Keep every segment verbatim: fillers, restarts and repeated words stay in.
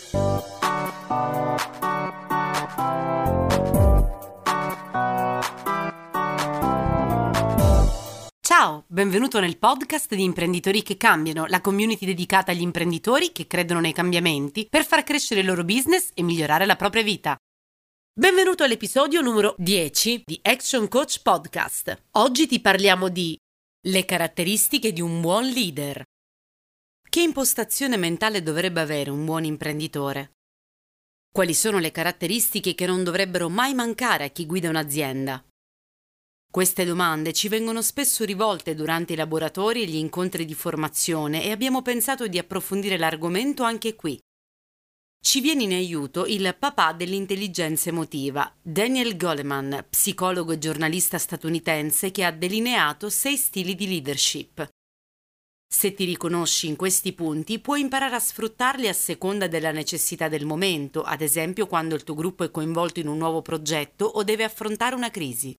Ciao, benvenuto nel podcast di Imprenditori che Cambiano, la community dedicata agli imprenditori che credono nei cambiamenti per far crescere il loro business e migliorare la propria vita. Benvenuto all'episodio numero dieci di Action Coach Podcast. Oggi ti parliamo di le caratteristiche di un buon leader. Che impostazione mentale dovrebbe avere un buon imprenditore? Quali sono le caratteristiche che non dovrebbero mai mancare a chi guida un'azienda? Queste domande ci vengono spesso rivolte durante i laboratori e gli incontri di formazione e abbiamo pensato di approfondire l'argomento anche qui. Ci viene in aiuto il papà dell'intelligenza emotiva, Daniel Goleman, psicologo e giornalista statunitense che ha delineato sei stili di leadership. Se ti riconosci in questi punti, puoi imparare a sfruttarli a seconda della necessità del momento, ad esempio quando il tuo gruppo è coinvolto in un nuovo progetto o deve affrontare una crisi.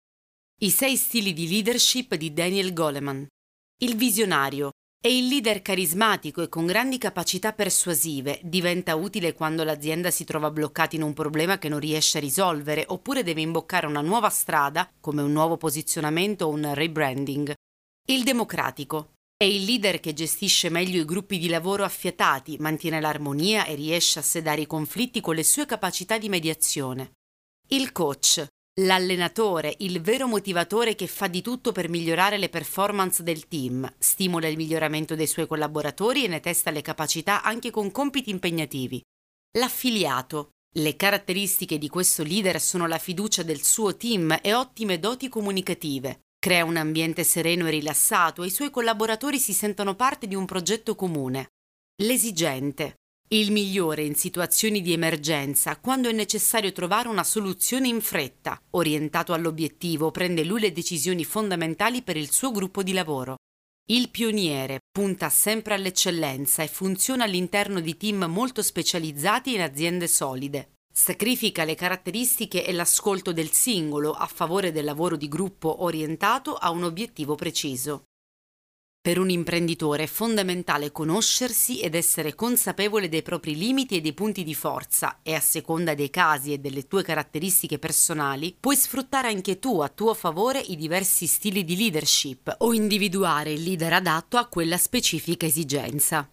I sei stili di leadership di Daniel Goleman. Il visionario è il leader carismatico e con grandi capacità persuasive, diventa utile quando l'azienda si trova bloccata in un problema che non riesce a risolvere oppure deve imboccare una nuova strada, come un nuovo posizionamento o un rebranding. Il democratico è il leader che gestisce meglio i gruppi di lavoro affiatati, mantiene l'armonia e riesce a sedare i conflitti con le sue capacità di mediazione. Il coach, l'allenatore, il vero motivatore che fa di tutto per migliorare le performance del team, stimola il miglioramento dei suoi collaboratori e ne testa le capacità anche con compiti impegnativi. L'affiliato. Le caratteristiche di questo leader sono la fiducia del suo team e ottime doti comunicative. Crea un ambiente sereno e rilassato e i suoi collaboratori si sentono parte di un progetto comune. L'esigente. Il migliore in situazioni di emergenza, quando è necessario trovare una soluzione in fretta. Orientato all'obiettivo, prende lui le decisioni fondamentali per il suo gruppo di lavoro. Il pioniere punta sempre all'eccellenza e funziona all'interno di team molto specializzati in aziende solide. Sacrifica le caratteristiche e l'ascolto del singolo a favore del lavoro di gruppo orientato a un obiettivo preciso. Per un imprenditore è fondamentale conoscersi ed essere consapevole dei propri limiti e dei punti di forza e a seconda dei casi e delle tue caratteristiche personali puoi sfruttare anche tu a tuo favore i diversi stili di leadership o individuare il leader adatto a quella specifica esigenza.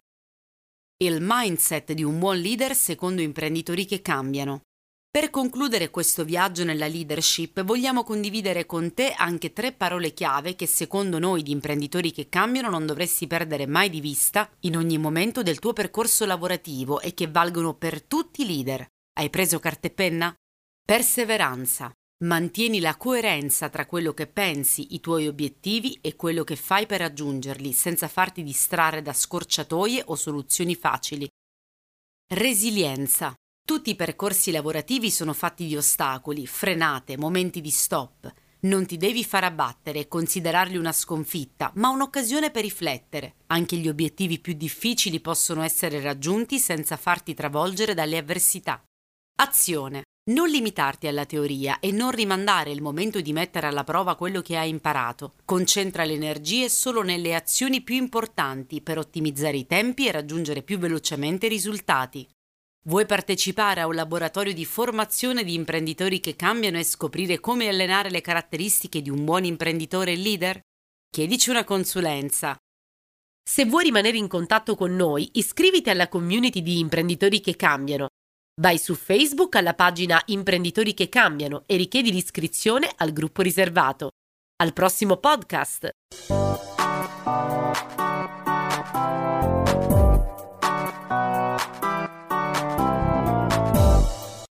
Il mindset di un buon leader secondo imprenditori che cambiano. Per concludere questo viaggio nella leadership vogliamo condividere con te anche tre parole chiave che secondo noi di imprenditori che cambiano non dovresti perdere mai di vista in ogni momento del tuo percorso lavorativo e che valgono per tutti i leader. Hai preso carta e penna? Perseveranza. Mantieni la coerenza tra quello che pensi, i tuoi obiettivi e quello che fai per raggiungerli senza farti distrarre da scorciatoie o soluzioni facili. Resilienza. Tutti i percorsi lavorativi sono fatti di ostacoli, frenate, momenti di stop. Non ti devi far abbattere e considerarli una sconfitta, ma un'occasione per riflettere. Anche gli obiettivi più difficili possono essere raggiunti senza farti travolgere dalle avversità. Azione. Non limitarti alla teoria e non rimandare il momento di mettere alla prova quello che hai imparato. Concentra le energie solo nelle azioni più importanti per ottimizzare i tempi e raggiungere più velocemente i risultati. Vuoi partecipare a un laboratorio di formazione di imprenditori che cambiano e scoprire come allenare le caratteristiche di un buon imprenditore e leader? Chiedici una consulenza. Se vuoi rimanere in contatto con noi, iscriviti alla community di Imprenditori che Cambiano. Vai su Facebook alla pagina Imprenditori che Cambiano e richiedi l'iscrizione al gruppo riservato. Al prossimo podcast!